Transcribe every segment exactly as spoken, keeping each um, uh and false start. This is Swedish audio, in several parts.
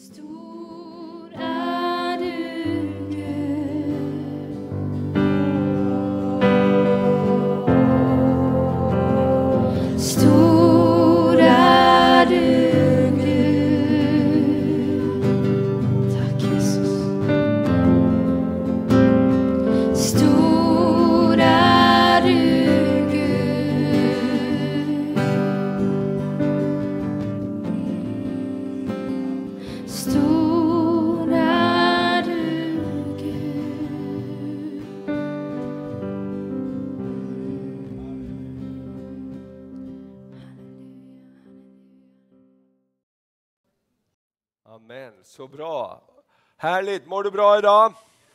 Stor är du, Gud. Stor är du, Gud. Tack Jesus. Stor är du, Gud. Stor är du, Gud. Amen, så bra. Härligt, mår du bra idag?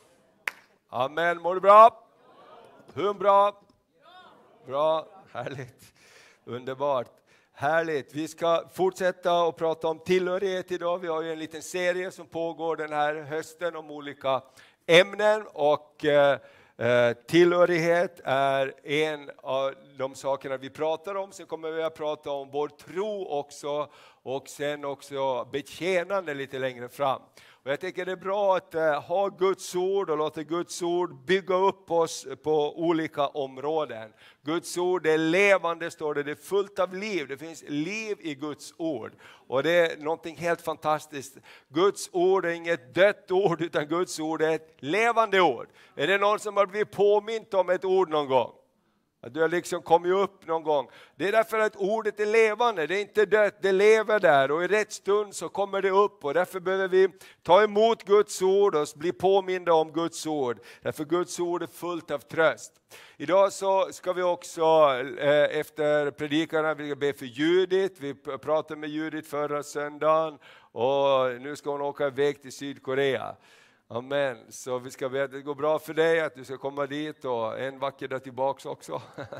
Amen, mår du bra? Hur bra? Bra, härligt, underbart. Härligt, vi ska fortsätta och prata om tillhörighet idag. Vi har ju en liten serie som pågår den här hösten om olika ämnen. Och eh, tillhörighet är en av de sakerna vi pratar om. Sen kommer vi att prata om vår tro också. Och sen också betjänande lite längre fram. Och jag tycker det är bra att uh, ha Guds ord och låta Guds ord bygga upp oss på olika områden. Guds ord är levande, står det, det är fullt av liv. Det finns liv i Guds ord. Och det är någonting helt fantastiskt. Guds ord är inget dött ord, utan Guds ord är ett levande ord. Är det någon som har blivit påmint om ett ord någon gång? Att du har liksom kommit upp någon gång. Det är därför att ordet är levande. Det är inte dött, det lever där. Och i rätt stund så kommer det upp. Och därför behöver vi ta emot Guds ord och bli påminda om Guds ord. Därför Guds ord är fullt av tröst. Idag så ska vi också eh, efter predikarna vi ska be för Judith. Vi pratade med Judith förra söndagen. Och nu ska hon åka iväg till Sydkorea. Amen. Så vi ska veta att det går bra för dig, att du ska komma dit och en vacker dag tillbaka också.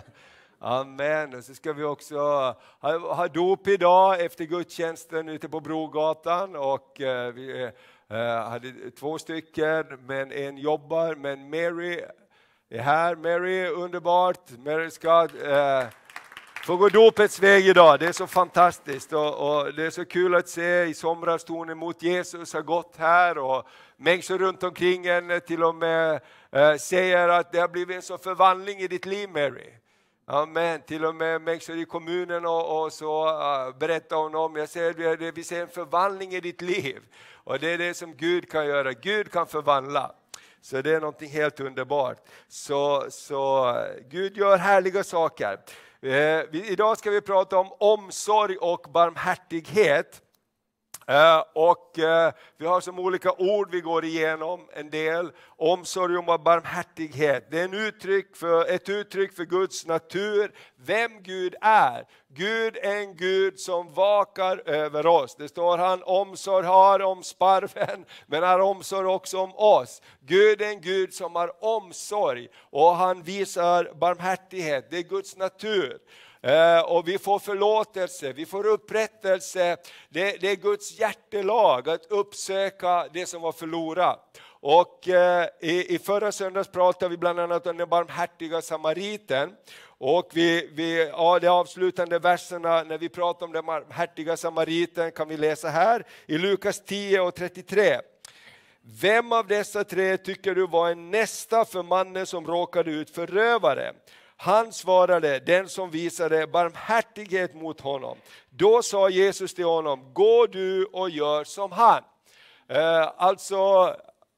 Amen. Och så ska vi också ha, ha dop idag efter gudstjänsten ute på Brogatan. Och eh, vi eh, hade två stycken, men en jobbar. Men Mary är här. Mary är underbart. Mary ska... Eh, Få gå dopets väg idag, det är så fantastiskt och, och det är så kul att se. I somras tog hon emot Jesus, har gått här och människor runt omkring en till och med äh, säger att det har blivit en sån förvandling i ditt liv, Mary. Amen. Till och med människor i kommunen och, och så uh, berättar hon om, jag säger det, vi ser en förvandling i ditt liv och det är det som Gud kan göra, Gud kan förvandla. Så det är någonting helt underbart. Så, så Gud gör härliga saker. Eh, vi, idag ska vi prata om omsorg och barmhärtighet. Eh, och eh, vi har som olika ord vi går igenom en del. Omsorg och barmhärtighet. Det är en uttryck för, ett uttryck för Guds natur. Vem Gud är. Gud är en Gud som vakar över oss. Det står han omsorg har om sparven, men har omsorg också om oss. Gud är en Gud som har omsorg och han visar barmhärtighet. Det är Guds natur. Uh, och vi får förlåtelse, vi får upprättelse. Det, det är Guds hjärtelag att uppsöka det som var förlorat. Och uh, i, i förra söndags pratade vi bland annat om den barmhärtiga samariten. Och vi, vi, ja, de avslutande verserna när vi pratar om den barmhärtiga samariten kan vi läsa här i Lukas tio och trettiotre. Vem av dessa tre tycker du var en nästa för mannen som råkade ut för rövare? Han svarade, den som visade barmhärtighet mot honom. Då sa Jesus till honom, gå du och gör som han. Eh, alltså,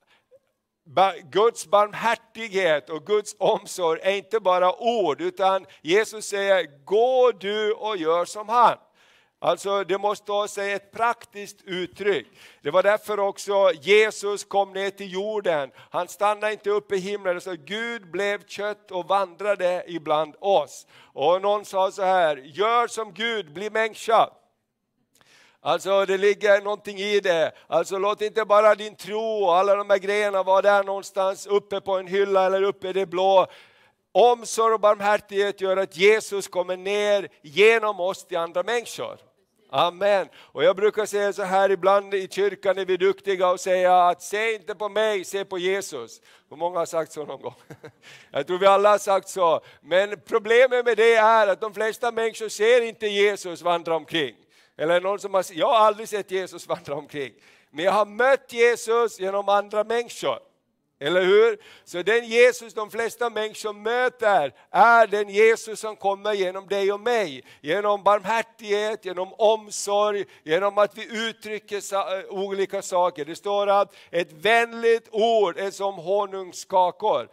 Guds barmhärtighet och Guds omsorg är inte bara ord, utan Jesus säger, gå du och gör som han. Alltså det måste ha sig ett praktiskt uttryck. Det var därför också Jesus kom ner till jorden. Han stannade inte uppe i himlen. Så Gud blev kött och vandrade ibland oss. Och någon sa så här, gör som Gud, bli människa. Alltså det ligger någonting i det. Alltså låt inte bara din tro och alla de här grejerna vara där någonstans uppe på en hylla eller uppe i det blå. Omsorg och barmhärtighet gör att Jesus kommer ner genom oss till andra människor. Amen. Och jag brukar säga så här ibland i kyrkan är vi duktiga och säga att se inte på mig, se på Jesus. Hur många har sagt så någon gång? Jag tror vi alla har sagt så. Men problemet med det är att de flesta människor ser inte Jesus vandra omkring. Eller någon som har, jag har aldrig sett Jesus vandra omkring. Men jag har mött Jesus genom andra människor. Eller hur? Så den Jesus de flesta människor möter är den Jesus som kommer genom dig och mig. Genom barmhärtighet, genom omsorg, genom att vi uttrycker olika saker. Det står att ett vänligt ord är som honungskakor.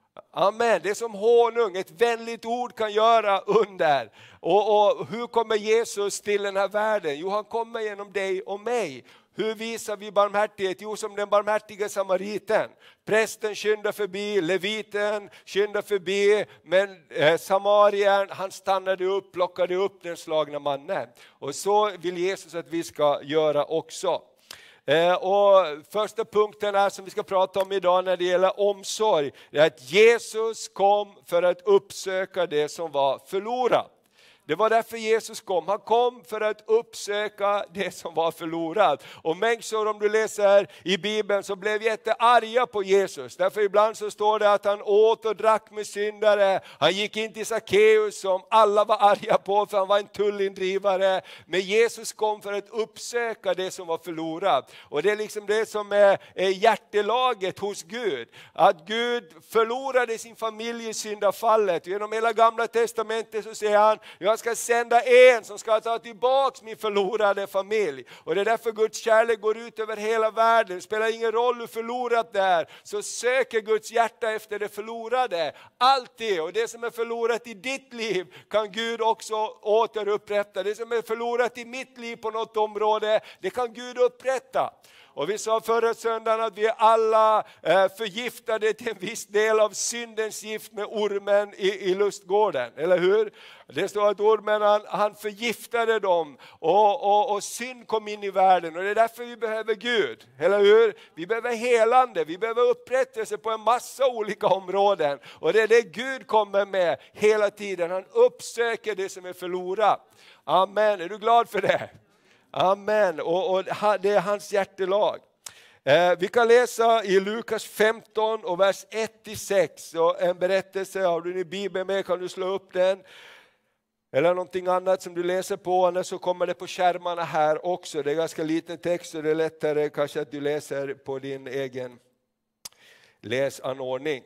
Amen, det är som honung, ett vänligt ord kan göra under. Och, och hur kommer Jesus till den här världen? Jo, han kommer genom dig och mig. Hur visar vi barmhärtighet? Jo, som den barmhärtiga samariten. Prästen skyndar förbi, leviten skyndar förbi, men eh, samarien, han stannade upp, plockade upp den slagna mannen. Och så vill Jesus att vi ska göra också. Eh, och första punkten är som vi ska prata om idag när det gäller omsorg, är att Jesus kom för att uppsöka det som var förlorat. Det var därför Jesus kom. Han kom för att uppsöka det som var förlorat. Och människor, om du läser i Bibeln, så blev jättearga på Jesus. Därför ibland så står det att han åt och drack med syndare. Han gick in till Sackeus som alla var arga på, för han var en tullindrivare. Men Jesus kom för att uppsöka det som var förlorat. Och det är liksom det som är, är hjärtelaget hos Gud. Att Gud förlorade sin familj i syndafallet. Genom hela gamla testamentet så säger han, jag ska sända en som ska ta tillbaka min förlorade familj. Och det är därför Guds kärlek går ut över hela världen. Det spelar ingen roll hur förlorat det är. Så söker Guds hjärta efter det förlorade. Alltid. Och det som är förlorat i ditt liv kan Gud också återupprätta. Det som är förlorat i mitt liv på något område, det kan Gud upprätta. Och vi sa förra söndagen att vi är alla eh, förgiftade till en viss del av syndens gift med ormen i, i lustgården. Eller hur? Det står att ormen han, han förgiftade dem och, och, och synd kom in i världen. Och det är därför vi behöver Gud. Eller hur? Vi behöver helande, vi behöver upprättelse på en massa olika områden. Och det är det Gud kommer med hela tiden. Han uppsöker det som är förlorat. Amen, är du glad för det? Amen, och, och det är hans hjärtelag. Eh, vi kan läsa i Lukas femton och vers ett till sex. Och en berättelse, har du din bibel med kan du slå upp den. Eller någonting annat som du läser på, annars så kommer det på skärmarna här också. Det är ganska liten text och det är lättare kanske att du läser på din egen läsanordning.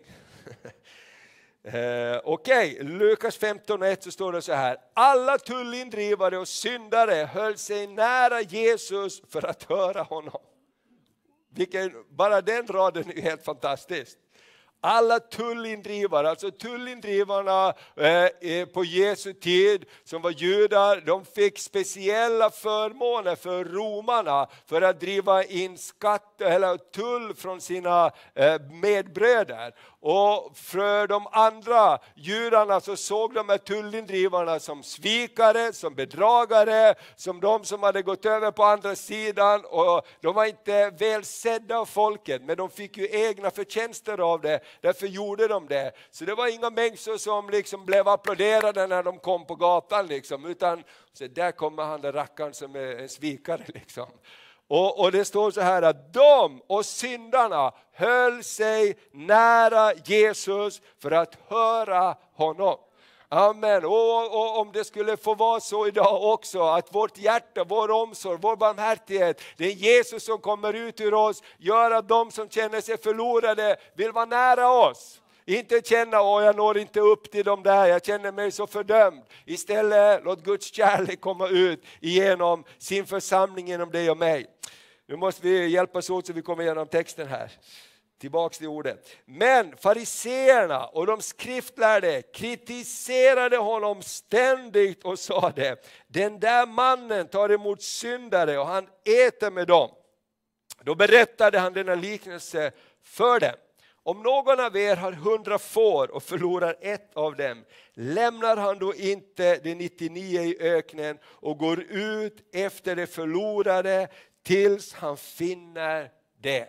Eh, Okej, okay. Lukas femton ett så står det så här. Alla tullindrivare och syndare höll sig nära Jesus för att höra honom. Vilken, bara den raden är helt fantastisk. Alla tullindrivare, alltså tullindrivarna eh, på Jesu tid som var judar, de fick speciella förmåner för romarna för att driva in skatt eller tull från sina eh, medbröder. Och för de andra judarna så såg de här tullindrivarna som svikare, som bedragare, som de som hade gått över på andra sidan. Och de var inte väl sedda av folket, men de fick ju egna förtjänster av det. Därför gjorde de det. Så det var inga människor som liksom blev applåderade när de kom på gatan. Liksom, utan så där kommer han där rackaren som är en svikare. Liksom. Och, och det står så här att de och syndarna höll sig nära Jesus för att höra honom. Amen. Och, och om det skulle få vara så idag också, att vårt hjärta, vår omsorg, vår barmhärtighet, det är Jesus som kommer ut ur oss, gör att de som känner sig förlorade vill vara nära oss. Inte känna, åh jag når inte upp till dem där, jag känner mig så fördömd. Istället låt Guds kärlek komma ut genom sin församling, genom dig och mig. Nu måste vi hjälpas åt så vi kommer igenom texten här. Tillbaks till ordet. Men fariseerna och de skriftlärde kritiserade honom ständigt och sa det. Den där mannen tar emot syndare och han äter med dem. Då berättade han denna liknelse för dem. Om någon av er har hundra får och förlorar ett av dem, lämnar han då inte de nittionio i öknen och går ut efter det förlorade tills han finner det.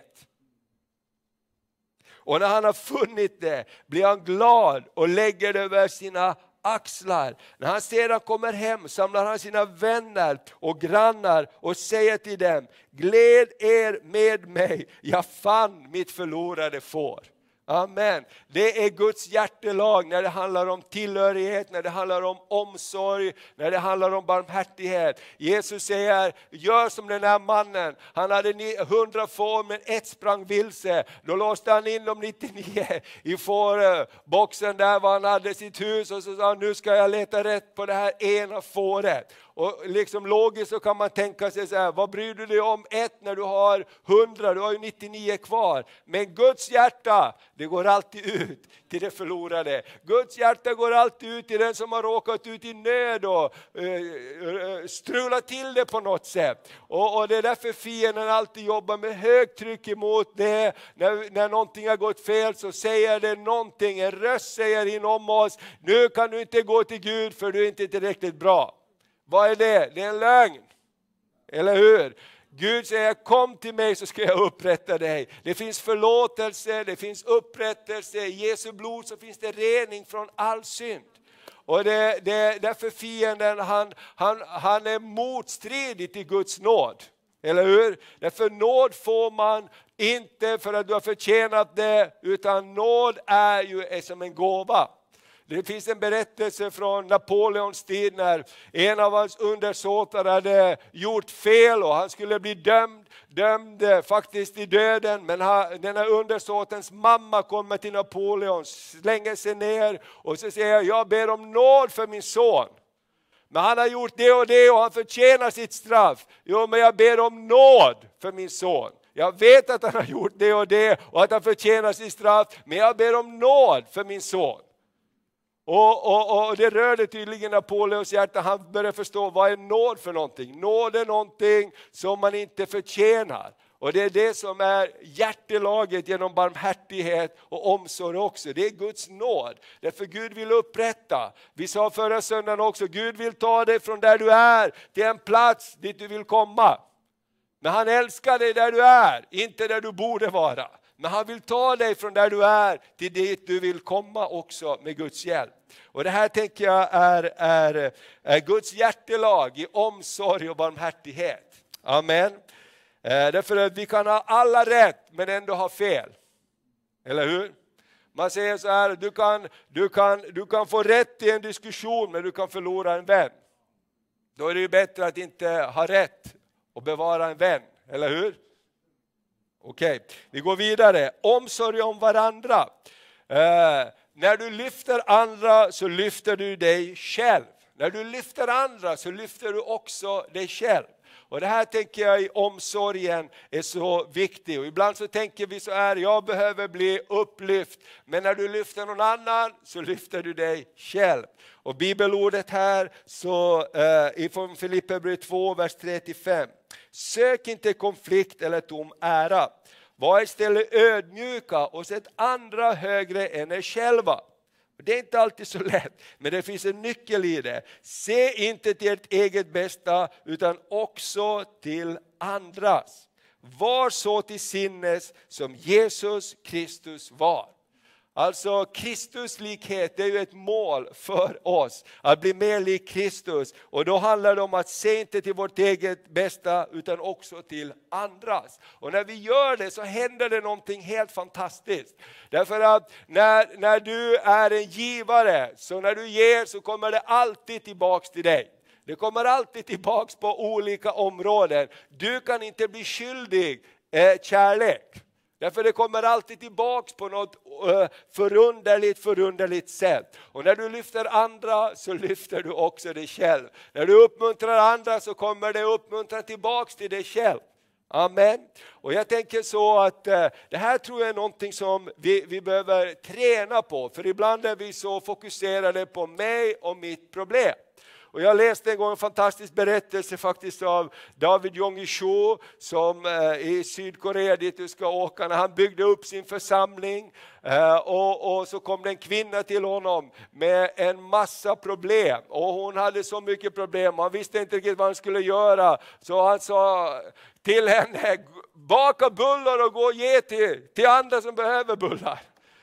Och när han har funnit det blir han glad och lägger det över sina axlar. När han sedan kommer hem samlar han sina vänner och grannar och säger till dem: gläd er med mig, jag fann mitt förlorade får. Amen. Det är Guds hjärtelag när det handlar om tillhörighet, när det handlar om omsorg, när det handlar om barmhärtighet. Jesus säger, gör som den här mannen. Han hade hundra får men ett sprang vilse. Då låste han in de nittionio i fårboxen där var han hade sitt hus och så sa han, nu ska jag leta rätt på det här ena fåret. Och liksom logiskt så kan man tänka sig så här, vad bryr du dig om ett när du har hundra, du har ju nittionio kvar. Men Guds hjärta, det går alltid ut till det förlorade. Guds hjärta går alltid ut till den som har råkat ut i nöd och uh, strulat till det på något sätt. Och, och det är därför fienden alltid jobbar med högtryck emot det. När, när någonting har gått fel så säger det någonting, en röst säger inom oss, nu kan du inte gå till Gud för du är inte tillräckligt bra. Vad är det? Det är en lögn. Eller hur? Gud säger, kom till mig så ska jag upprätta dig. Det finns förlåtelse, det finns upprättelse. I Jesu blod så finns det rening från all synd. Och det, det, därför fienden, han, han, han är motstridig till Guds nåd. Eller hur? Därför nåd får man inte för att du har förtjänat det, utan nåd är ju är som en gåva. Det finns en berättelse från Napoleons tid när en av hans undersåtar hade gjort fel och han skulle bli dömd, dömd faktiskt i döden. Men han, den här undersåtens mamma kommer till Napoleon, slänger sig ner och så säger jag ber om nåd för min son. Men han har gjort det och det och han förtjänar sitt straff. Jo, men jag ber om nåd för min son. Jag vet att han har gjort det och det och att han förtjänar sitt straff. Men jag ber om nåd för min son. Och, och, och det rörde tydligen Napoleons hjärta. Han började förstå vad är nåd för någonting. Nåd är någonting som man inte förtjänar. Och det är det som är hjärtelaget genom barmhärtighet och omsorg också. Det är Guds nåd. Därför Gud vill upprätta. Vi sa förra söndagen också, Gud vill ta dig från där du är till en plats dit du vill komma. Men han älskar dig där du är, inte där du borde vara. Men han vill ta dig från där du är till dit du vill komma också med Guds hjälp. Och det här tänker jag är, är, är Guds hjärtelag i omsorg och barmhärtighet. Amen. Eh, därför att vi kan ha alla rätt men ändå ha fel. Eller hur? Man säger så här, du kan, du kan, du kan få rätt i en diskussion men du kan förlora en vän. Då är det ju bättre att inte ha rätt och bevara en vän. Eller hur? Okej, okay. Vi går vidare. Omsorg om varandra. Eh, när du lyfter andra så lyfter du dig själv. När du lyfter andra så lyfter du också dig själv. Och det här tänker jag i omsorgen är så viktigt. Och ibland så tänker vi så här, jag behöver bli upplyft. Men när du lyfter någon annan så lyfter du dig själv. Och bibelordet här så eh, ifrån Filipperbrevet två, vers tre till fem. Sök inte konflikt eller tom ära. Var istället ödmjuka och sätt andra högre än er själva. Det är inte alltid så lätt, men det finns en nyckel i det. Se inte till ert eget bästa utan också till andras. Var så till sinnes som Jesus Kristus var. Alltså Kristuslikhet är ju ett mål för oss. Att bli mer lik Kristus. Och då handlar det om att se inte till vårt eget bästa utan också till andras. Och när vi gör det så händer det någonting helt fantastiskt. Därför att när, när du är en givare, så när du ger så kommer det alltid tillbaks till dig. Det kommer alltid tillbaks på olika områden. Du kan inte bli skyldig eh, kärlek. Därför det kommer alltid tillbaks på något förunderligt, förunderligt sätt. Och när du lyfter andra så lyfter du också dig själv. När du uppmuntrar andra så kommer det uppmuntra tillbaks till dig själv. Amen. Och jag tänker så att eh, det här tror jag är någonting som vi, vi behöver träna på. För ibland är vi så fokuserade på mig och mitt problem. Och jag läste en gång en fantastisk berättelse faktiskt av David Jong-il-soo som eh, i Sydkorea dit du ska åka. När han byggde upp sin församling eh, och, och så kom det en kvinna till honom med en massa problem. Och hon hade så mycket problem, han visste inte riktigt vad han skulle göra. Så han sa till henne, baka bullar och gå och ge till, till andra som behöver bullar.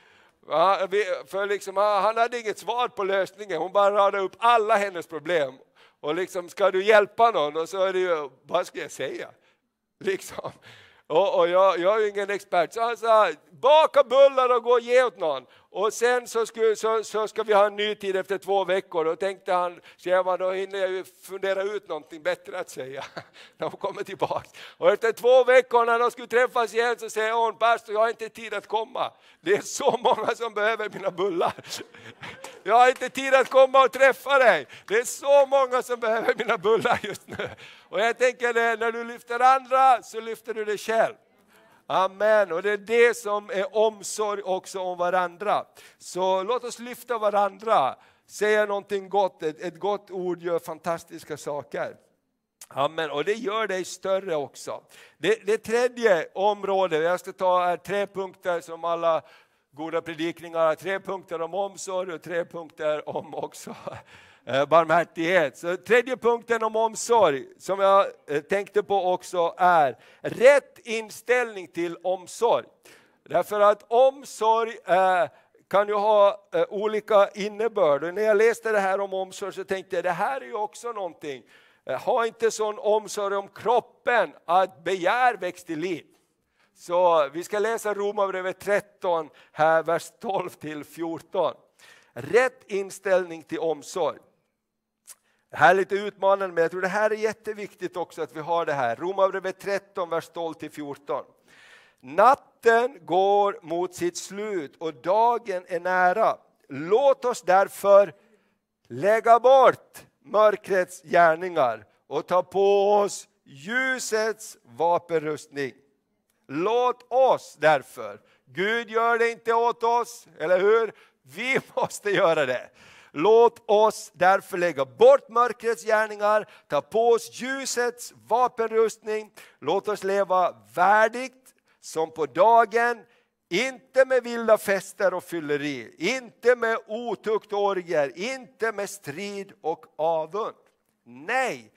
För liksom, han hade inget svar på lösningen. Hon bara radade upp alla hennes problem. Och liksom, ska du hjälpa någon? Och så är det ju, vad ska jag säga? Liksom. Och, och jag, jag är ju ingen expert. Så han sa, baka bullar och gå och ge åt någon. Och sen så ska, så, så ska vi ha en ny tid efter två veckor. Och tänkte han, så då hinner jag ju fundera ut någonting bättre att säga. När de kommer tillbaka. Och efter två veckor när de skulle träffas igen så säger hon, pastor, jag har inte tid att komma. Det är så många som behöver mina bullar. Jag har inte tid att komma och träffa dig. Det är så många som behöver mina bullar just nu. Och jag tänker det, när du lyfter andra så lyfter du dig själv. Amen. Och det är det som är omsorg också om varandra. Så låt oss lyfta varandra. Säga någonting gott. Ett, ett gott ord gör fantastiska saker. Amen. Och det gör dig större också. Det, det tredje området, jag ska ta här tre punkter som alla goda predikningar. Tre punkter om omsorg och tre punkter om också barmhärtighet. Så tredje punkten om omsorg som jag tänkte på också är rätt inställning till omsorg. Därför att omsorg eh, kan ju ha eh, olika innebörd. Och när jag läste det här om omsorg så tänkte jag det här är ju också någonting. Eh, ha inte sån omsorg om kroppen att begär växt till liv. Så vi ska läsa Romarbrevet tretton här vers tolv till fjorton. Rätt inställning till omsorg. Det här är lite utmanande, men jag tror det här är jätteviktigt också att vi har det här. Romarbrevet tretton, vers tolv till fjorton. Natten går mot sitt slut och dagen är nära. Låt oss därför lägga bort mörkrets gärningar och ta på oss ljusets vapenrustning. Låt oss därför, Gud gör det inte åt oss, eller hur? Vi måste göra det. Låt oss därför lägga bort mörkrets gärningar, ta på oss ljusets vapenrustning. Låt oss leva värdigt som på dagen, inte med vilda fester och fylleri, inte med otukt och orger, inte med strid och avund. Nej,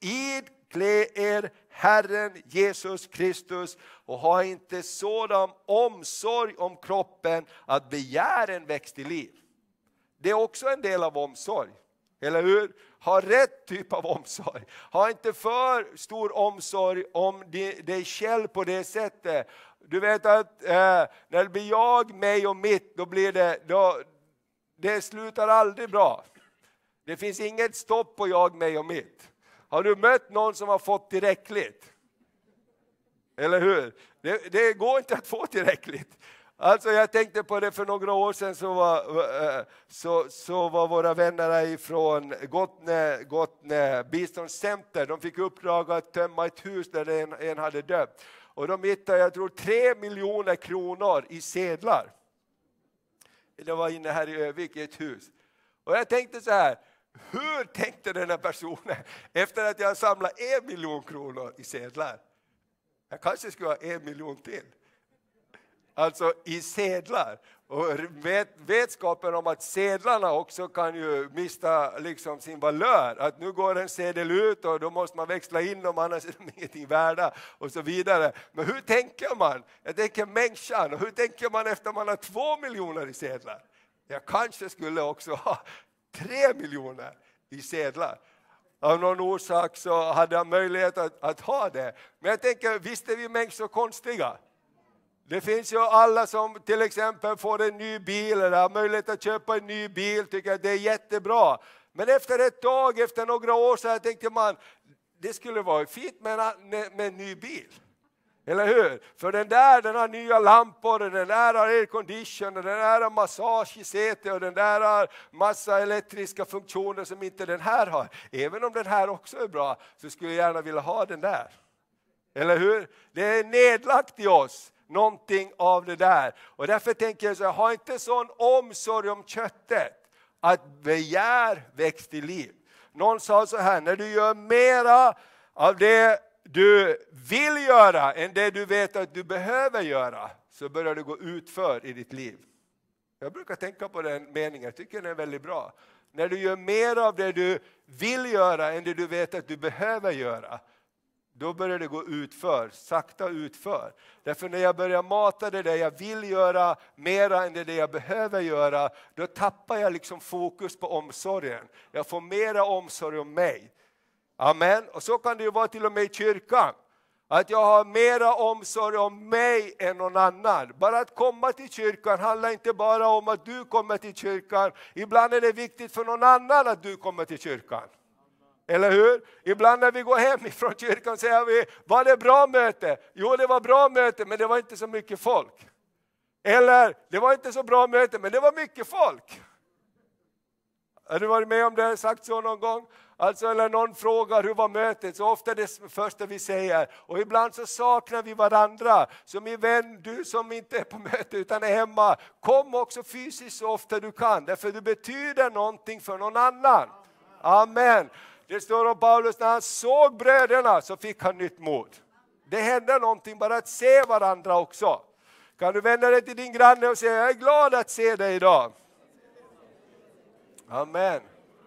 idklä er Herren Jesus Kristus och ha inte sådan omsorg om kroppen att begären växt till liv. Det är också en del av omsorg, eller hur? Ha rätt typ av omsorg. Ha inte för stor omsorg om dig själv på det sättet. Du vet att eh, när det blir jag, mig och mitt, då blir det, då, det slutar aldrig bra. Det finns inget stopp på jag, mig och mitt. Har du mött någon som har fått tillräckligt? Eller hur? Det, det går inte att få tillräckligt. Alltså jag tänkte på det för några år sedan så var, så, så var våra vänner ifrån Gottne, Gottne biståndscenter. De fick uppdrag att tömma ett hus där en, en hade dött. Och de hittade, jag tror, tre miljoner kronor i sedlar. Det var inne här i Övik i ett hus. Och jag tänkte så här, hur tänkte den här personen efter att jag samlat en miljon kronor i sedlar? Jag kanske skulle ha en miljon till. Alltså i sedlar. Och vet, vetskapen om att sedlarna också kan ju mista liksom sin valör. Att nu går en sedel ut och då måste man växla in dem, annars är de ingenting värda. Och så vidare. Men hur tänker man? Jag tänker människan. Och hur tänker man efter man har två miljoner i sedlar? Jag kanske skulle också ha tre miljoner i sedlar. Av någon orsak så hade jag möjlighet att, att ha det. Men jag tänker, visst är vi människor konstiga? Det finns ju alla som till exempel får en ny bil eller har möjlighet att köpa en ny bil, tycker att det är jättebra. Men efter ett tag, efter några år så tänkte man, det skulle vara fint med en, med en ny bil. Eller hur? För den där, den har nya lampor, och den där har aircondition, och den där har massage i sätet, och den där har massa elektriska funktioner som inte den här har. Även om den här också är bra så skulle jag gärna vilja ha den där. Eller hur? Det är nedlagt i oss. Någonting av det där. Och därför tänker jag så här, ha inte sån omsorg om köttet att begär växt till liv. Någon sa så här, när du gör mera av det du vill göra än det du vet att du behöver göra, så börjar du gå utför i ditt liv. Jag brukar tänka på den meningen, jag tycker den är väldigt bra. När du gör mer av det du vill göra än det du vet att du behöver göra, då börjar det gå utför, sakta utför. Därför när jag börjar mata det där jag vill göra mera än det jag behöver göra, då tappar jag liksom fokus på omsorgen. Jag får mera omsorg om mig. Amen. Och så kan det ju vara till och med i kyrkan. Att jag har mera omsorg om mig än någon annan. Bara att komma till kyrkan handlar inte bara om att du kommer till kyrkan. Ibland är det viktigt för någon annan att du kommer till kyrkan. Eller hur? Ibland när vi går hem ifrån kyrkan säger vi, var det bra möte? Jo, det var bra möte, men det var inte så mycket folk. Eller, det var inte så bra möte, men det var mycket folk. Har du varit med om det, sagt så någon gång? Alltså, eller någon frågar hur var mötet, så ofta är det första vi säger. Och ibland så saknar vi varandra. Så min vän, du som inte är på möte utan är hemma, kom också fysiskt så ofta du kan. Därför du betyder någonting för någon annan. Amen. Det står om Paulus, när han såg bröderna så fick han nytt mod. Det händer någonting bara att se varandra också. Kan du vända dig till din granne och säga, jag är glad att se dig idag. Amen.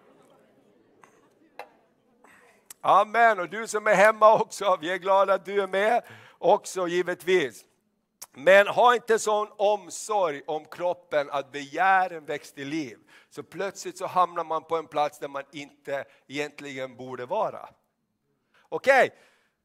Amen. Och du som är hemma också, vi är glada att du är med också givetvis. Men ha inte sån omsorg om kroppen att begären väcks till liv. Så plötsligt så hamnar man på en plats där man inte egentligen borde vara. Okej. Okay.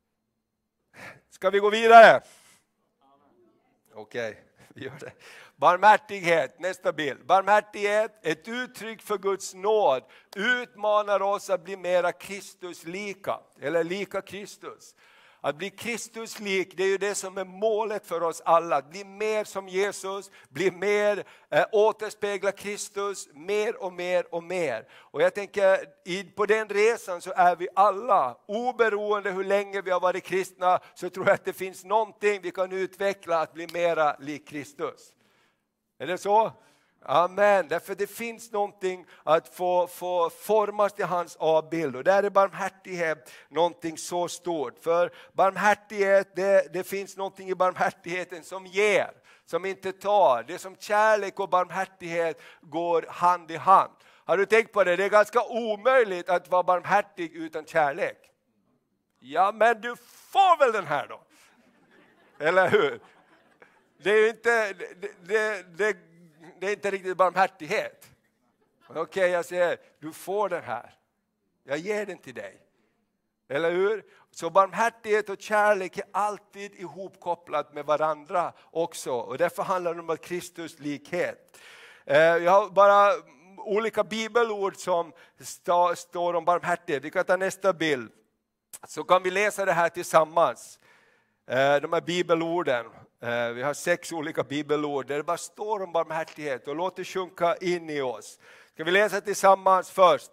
Ska vi gå vidare? Okej, okay, vi gör det. Barmhärtighet, nästa bild. Barmhärtighet, ett uttryck för Guds nåd, utmanar oss att bli mera Kristuslika, eller lika Kristus. Att bli Kristuslik, det är ju det som är målet för oss alla. Att bli mer som Jesus, bli mer, äh, återspegla Kristus, mer och mer och mer. Och jag tänker, i, på den resan så är vi alla, oberoende hur länge vi har varit kristna, så tror jag att det finns någonting vi kan utveckla att bli mera lik Kristus. Är det så? Amen. Därför det finns någonting att få, få formas till hans avbild. Och där är barmhärtighet någonting så stort. För barmhärtighet, det, det finns någonting i barmhärtigheten som ger, som inte tar. Det är som kärlek och barmhärtighet går hand i hand. Har du tänkt på det? Det är ganska omöjligt att vara barmhärtig utan kärlek. Ja, men du får väl den här då? Eller hur? Det är inte... Det, det, det, Det är inte riktigt barmhärtighet. Okej, okay, jag säger, du får den här. Jag ger den till dig. Eller hur? Så barmhärtighet och kärlek är alltid ihopkopplat med varandra också. Och därför handlar det om Kristus likhet. Jag har bara olika bibelord som st- står om barmhärtighet. Vi kan ta nästa bild. Så kan vi läsa det här tillsammans. De här bibelorden. Vi har sex olika bibelord där det bara står om barmhärtighet och låt det sjunka in i oss. Ska vi läsa tillsammans först?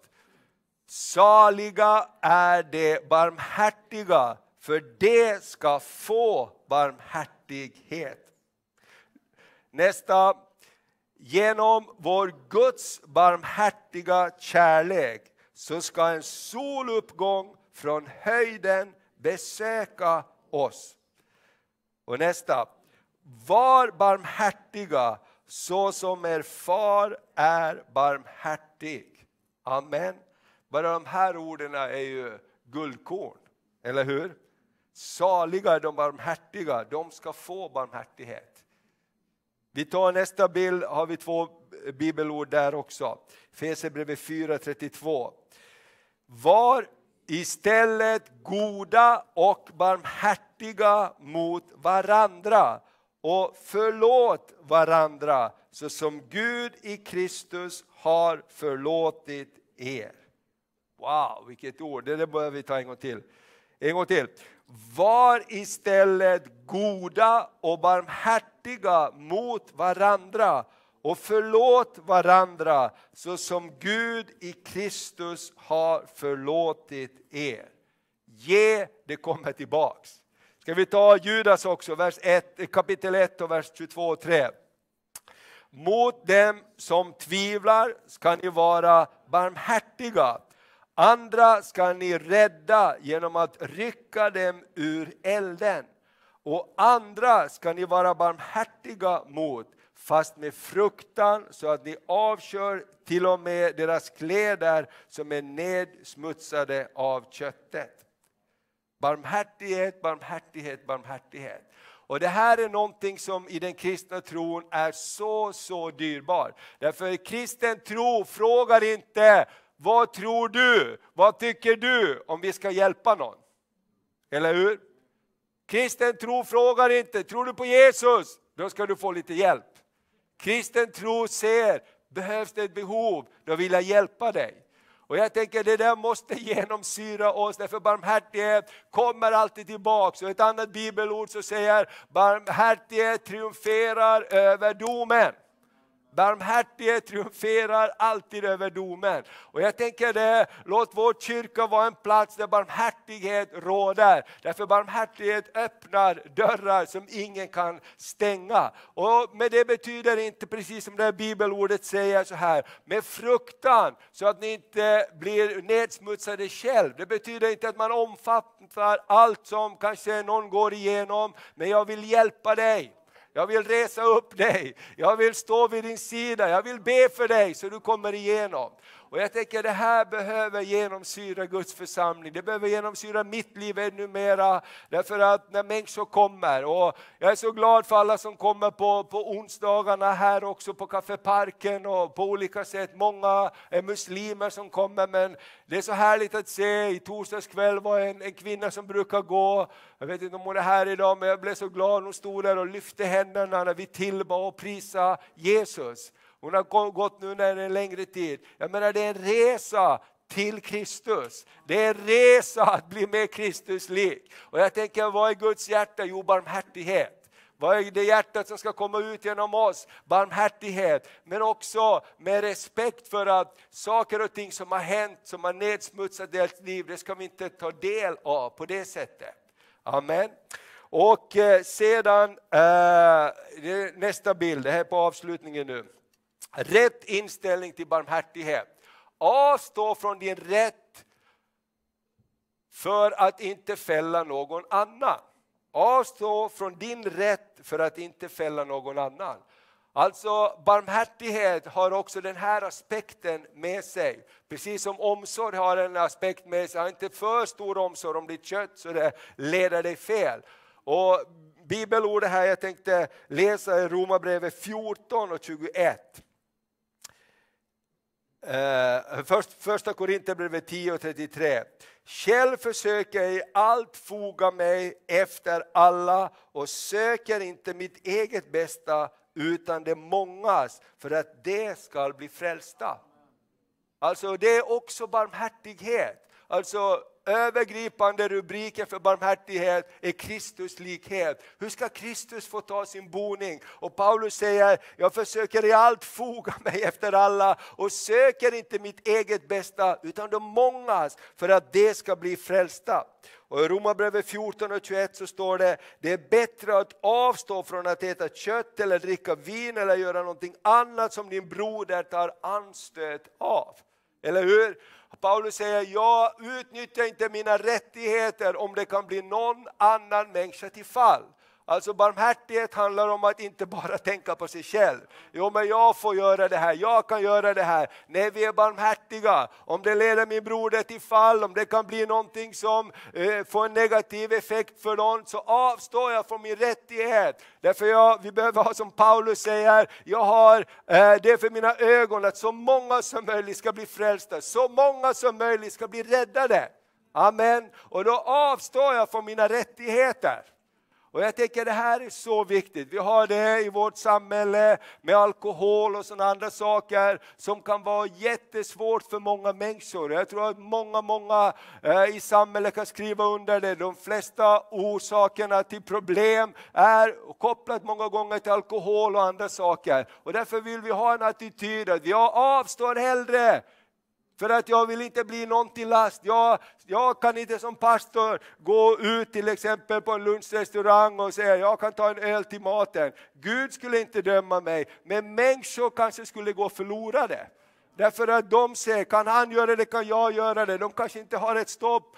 Saliga är de barmhärtiga, för de ska få barmhärtighet. Nästa. Genom vår Guds barmhärtiga kärlek så ska en soluppgång från höjden besöka oss. Och nästa. Var barmhärtiga så som er far är barmhärtig. Amen. Bara de här orden är ju guldkorn. Eller hur? Saliga är de barmhärtiga. De ska få barmhärtighet. Vi tar nästa bild. Har vi två bibelord där också. Efesierbrevet fyra trettiotvå. Var istället goda och barmhärtiga mot varandra och förlåt varandra så som Gud i Kristus har förlåtit er. Wow, vilket ord. Det börjar vi ta en gång till. En gång till. Var istället goda och barmhärtiga mot varandra och förlåt varandra så som Gud i Kristus har förlåtit er. Ge, det kommer tillbaks. Ska vi ta Judas också, vers ett, kapitel ett och vers tjugotvå och tre. Mot dem som tvivlar ska ni vara barmhärtiga. Andra ska ni rädda genom att rycka dem ur elden. Och andra ska ni vara barmhärtiga mot, fast med fruktan, så att ni avkör till och med deras kläder som är nedsmutsade av köttet. Barmhärtighet, barmhärtighet, barmhärtighet. Och det här är någonting som i den kristna tron är så, så dyrbar. Därför kristen tro frågar inte, vad tror du? Vad tycker du om vi ska hjälpa någon? Eller hur? Kristen tro frågar inte, tror du på Jesus? Då ska du få lite hjälp. Kristen tro ser, behövs det ett behov, då vill jag hjälpa dig. Och jag tänker det där måste genomsyra oss, därför barmhärtighet kommer alltid tillbaka. Och ett annat bibelord så säger barmhärtighet triumferar över domen. Barmhärtighet triumferar alltid över domen. Och jag tänker det, låt vår kyrka vara en plats där barmhärtighet råder. Därför barmhärtighet öppnar dörrar som ingen kan stänga. Och med det betyder inte precis som det här bibelordet säger så här, med fruktan så att ni inte blir nedsmutsade själv. Det betyder inte att man omfattar allt som kanske någon går igenom, men jag vill hjälpa dig. Jag vill resa upp dig. Jag vill stå vid din sida. Jag vill be för dig så du kommer igenom. Och jag tänker det här behöver genomsyra Guds församling. Det behöver genomsyra mitt liv ännu mera. Därför att när människor kommer. Och jag är så glad för alla som kommer på, på onsdagarna här också på Kaffeparken. Och på olika sätt. Många är muslimer som kommer. Men det är så härligt att se. I torsdags kväll var en, en kvinna som brukar gå. Jag vet inte om hon är här idag. Men jag blev så glad. Hon stod där och lyfte händerna när vi tillbad och prisa Jesus. Hon har gått nu under en längre tid. Jag menar det är en resa till Kristus. Det är en resa att bli med Kristus lik. Och jag tänker, vad är Guds hjärta? Jo, barmhärtighet. Vad är det hjärtat som ska komma ut genom oss? Barmhärtighet. Men också med respekt för att saker och ting som har hänt, som har nedsmutsat deras liv, det ska vi inte ta del av på det sättet. Amen. Och eh, sedan eh, nästa bild, det här är på avslutningen nu. Rätt inställning till barmhärtighet. Avstå från din rätt för att inte fälla någon annan. Avstå från din rätt för att inte fälla någon annan. Alltså barmhärtighet har också den här aspekten med sig. Precis som omsorg har en aspekt med sig. Har inte för stor omsorg om ditt kött så det leder dig fel. Och bibelordet här jag tänkte läsa i Romarbrevet fjorton och tjugoett. Uh, först, första Korinthierbrevet tio och trettiotre. Själv försöker jag i allt foga mig efter alla och söker inte mitt eget bästa utan det mångas för att det ska bli frälsta. Alltså det är också barmhärtighet. Alltså övergripande rubriken för barmhärtighet är Kristuslikhet. Hur ska Kristus få ta sin boning? Och Paulus säger, jag försöker i allt foga mig efter alla och söker inte mitt eget bästa utan de mångas för att det ska bli frälsta. Och i Romarbrevet fjorton och tjugoett så står det, det är bättre att avstå från att äta kött eller dricka vin eller göra någonting annat som din broder tar anstöt av. Eller hur? Paulus säger, jag utnyttjar inte mina rättigheter om det kan bli någon annan människa till fall. Alltså barmhärtighet handlar om att inte bara tänka på sig själv. Jo men jag får göra det här, jag kan göra det här. Nej, vi är barmhärtiga. Om det leder min broder till fall, om det kan bli någonting som eh, får en negativ effekt för någon, så avstår jag från min rättighet. Därför jag, vi behöver ha som Paulus säger, jag har eh, det för mina ögon att så många som möjligt ska bli frälsta. Så många som möjligt ska bli räddade. Amen. Och då avstår jag från mina rättigheter. Och jag tänker det här är så viktigt. Vi har det i vårt samhälle med alkohol och sådana andra saker som kan vara jättesvårt för många människor. Jag tror att många, många eh, i samhället kan skriva under det. De flesta orsakerna till problem är kopplat många gånger till alkohol och andra saker. Och därför vill vi ha en attityd att jag avstår hellre. För att jag vill inte bli någon till last. Jag, jag kan inte som pastor gå ut till exempel på en lunchrestaurang och säga jag kan ta en öl till maten. Gud skulle inte döma mig. Men människor kanske skulle gå förlorade. Därför att de säger, kan han göra det, kan jag göra det. De kanske inte har ett stopp.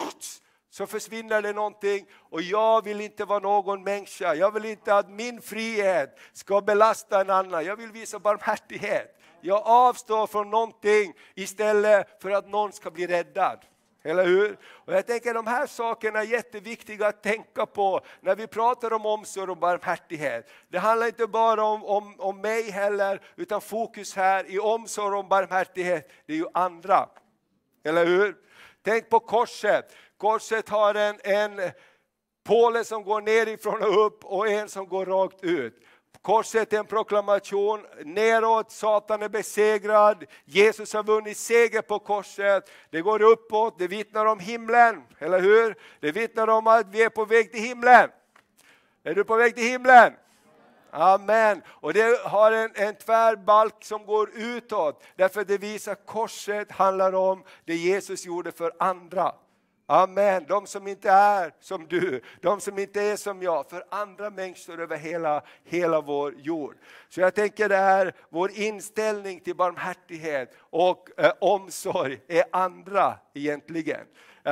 Så försvinner det någonting. Och jag vill inte vara någon människa. Jag vill inte att min frihet ska belasta en annan. Jag vill visa barmhärtighet. Jag avstår från någonting istället för att någon ska bli räddad. Eller hur? Och jag tänker att de här sakerna är jätteviktiga att tänka på när vi pratar om omsorg och barmhärtighet. Det handlar inte bara om, om, om mig heller, utan fokus här i omsorg och barmhärtighet, det är ju andra. Eller hur? Tänk på korset. Korset har en, en pålen som går nerifrån och upp och en som går rakt ut. Korset är en proklamation, neråt, Satan är besegrad, Jesus har vunnit seger på korset, det går uppåt, det vittnar om himlen, eller hur? Det vittnar om att vi är på väg till himlen. Är du på väg till himlen? Amen. Och det har en, en tvärbalk som går utåt, därför det visar korset handlar om det Jesus gjorde för andra. Amen. De som inte är som du, de som inte är som jag, för andra människor över hela, hela vår jord. Så jag tänker det är vår inställning till barmhärtighet och eh, omsorg är andra egentligen.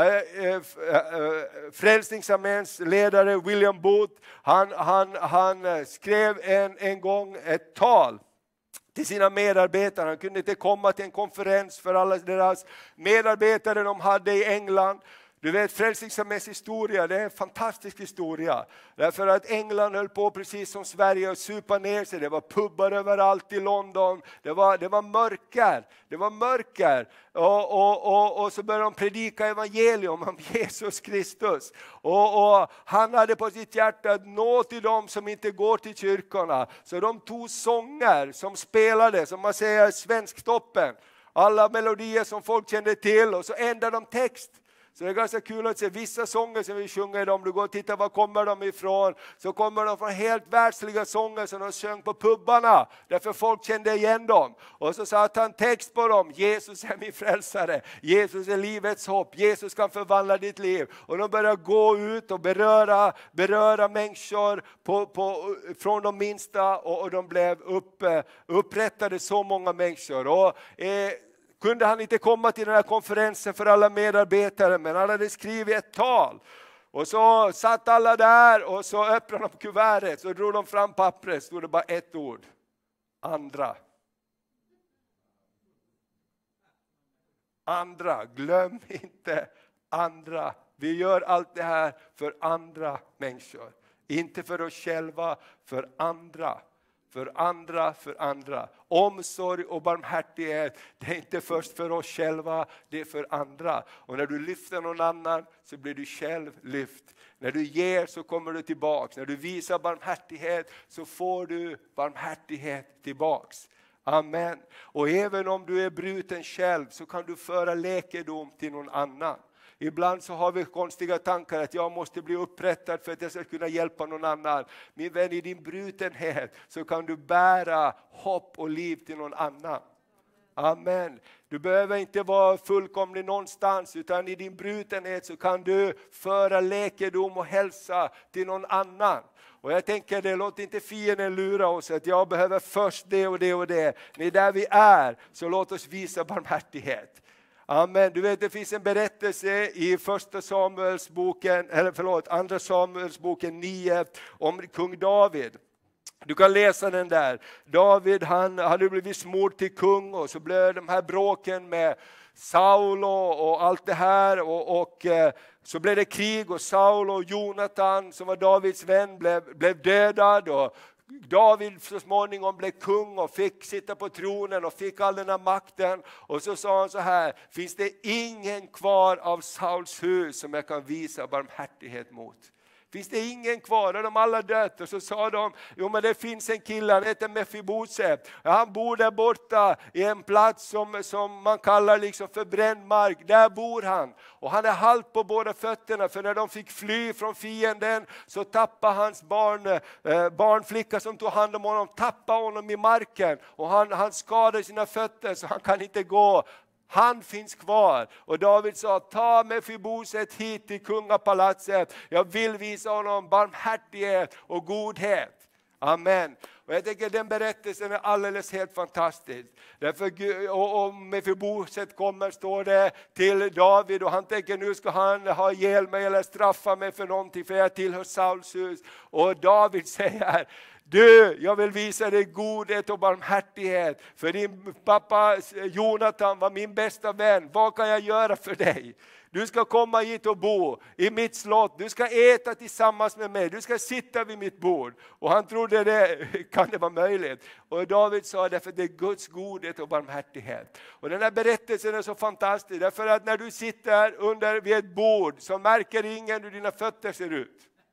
Frälsningsarméns ledare William Booth, han, han, han skrev en, en gång ett tal till sina medarbetare. Han kunde inte komma till en konferens för alla deras medarbetare de hade i England. Du vet, Frälsningsarméns historia, det är en fantastisk historia. Därför att England höll på precis som Sverige att supa ner sig. Det var pubbar överallt i London. Det var, det var mörker. Det var mörker. Och, och, och, och så började de predika evangelium om Jesus Kristus. Och, och han hade på sitt hjärta att nå till dem som inte går till kyrkorna. Så de tog sånger som spelade, som man säger, svensktoppen. Alla melodier som folk kände till, och så ändrade de text. Så det är ganska kul att se vissa sånger som vi sjunger om. Du går och tittar var kommer de ifrån. Så kommer de från helt världsliga sånger som de sjöng på pubbarna. Därför folk kände igen dem. Och så satte han text på dem. Jesus är min frälsare. Jesus är livets hopp. Jesus kan förvandla ditt liv. Och de började gå ut och beröra, beröra människor på, på, från de minsta. Och, och de blev upp, upprättade så många människor. Och eh, kunde han inte komma till den här konferensen för alla medarbetare, men han hade skrivit ett tal. Och så satt alla där och så öppnade de kuvertet, så drog de fram pappret, stod det bara ett ord. Andra. Andra, glöm inte andra. Vi gör allt det här för andra människor. Inte för oss själva, för andra. För andra, för andra. Omsorg och barmhärtighet, det är inte först för oss själva, det är för andra. Och när du lyfter någon annan så blir du själv lyft. När du ger så kommer du tillbaks. När du visar barmhärtighet så får du barmhärtighet tillbaks. Amen. Och även om du är bruten själv så kan du föra läkedom till någon annan. Ibland så har vi konstiga tankar att jag måste bli upprättad för att jag ska kunna hjälpa någon annan. Min vän, i din brutenhet så kan du bära hopp och liv till någon annan. Amen. Du behöver inte vara fullkomlig någonstans, utan i din brutenhet så kan du föra läkedom och hälsa till någon annan. Och jag tänker, det låter inte fienden lura oss att jag behöver först det och det och det. Men där vi är så låt oss visa barmhärtighet. Amen. Du vet, det finns en berättelse i första Samuelsboken, eller förlåt, andra Samuelsboken nio om kung David. Du kan läsa den där. David, han hade blivit smord till kung, och så blev de här bråken med Saul och, och allt det här. Och, och så blev det krig, och Saul och Jonatan som var Davids vän blev, blev dödad. Och David så småningom blev kung och fick sitta på tronen och fick all den här makten. Och så sa han så här: finns det ingen kvar av Sauls hus som jag kan visa barmhärtighet mot? Finns det ingen kvar? Är de alla dött? Och så sa de, jo men det finns en kille, han heter Mefiboset. Han bor där borta i en plats som, som man kallar liksom för bränd mark. Där bor han. Och han är halt på båda fötterna, för när de fick fly från fienden så tappade hans barn, eh, barnflicka som tog hand om honom, tappade honom i marken. Och han, han skadade sina fötter så han kan inte gå. Han finns kvar. Och David sa, ta Mefiboset hit till kungapalatset. Jag vill visa honom barmhärtighet och godhet. Amen. Och jag tänker den berättelsen är alldeles helt fantastisk. Därför, och, och Mefiboset kommer, står det, till David. Och han tänker, nu ska han ha ihjäl mig eller straffa mig för någonting, för jag tillhör Sauls hus. Och David säger, du, jag vill visa dig godhet och barmhärtighet. För din pappa Jonatan var min bästa vän. Vad kan jag göra för dig? Du ska komma hit och bo i mitt slott. Du ska äta tillsammans med mig. Du ska sitta vid mitt bord. Och han trodde det, kan det vara möjligt? Och David sa, därför det är Guds godhet och barmhärtighet. Och den här berättelsen är så fantastisk. Därför att när du sitter under vid ett bord så märker ingen hur dina fötter ser ut.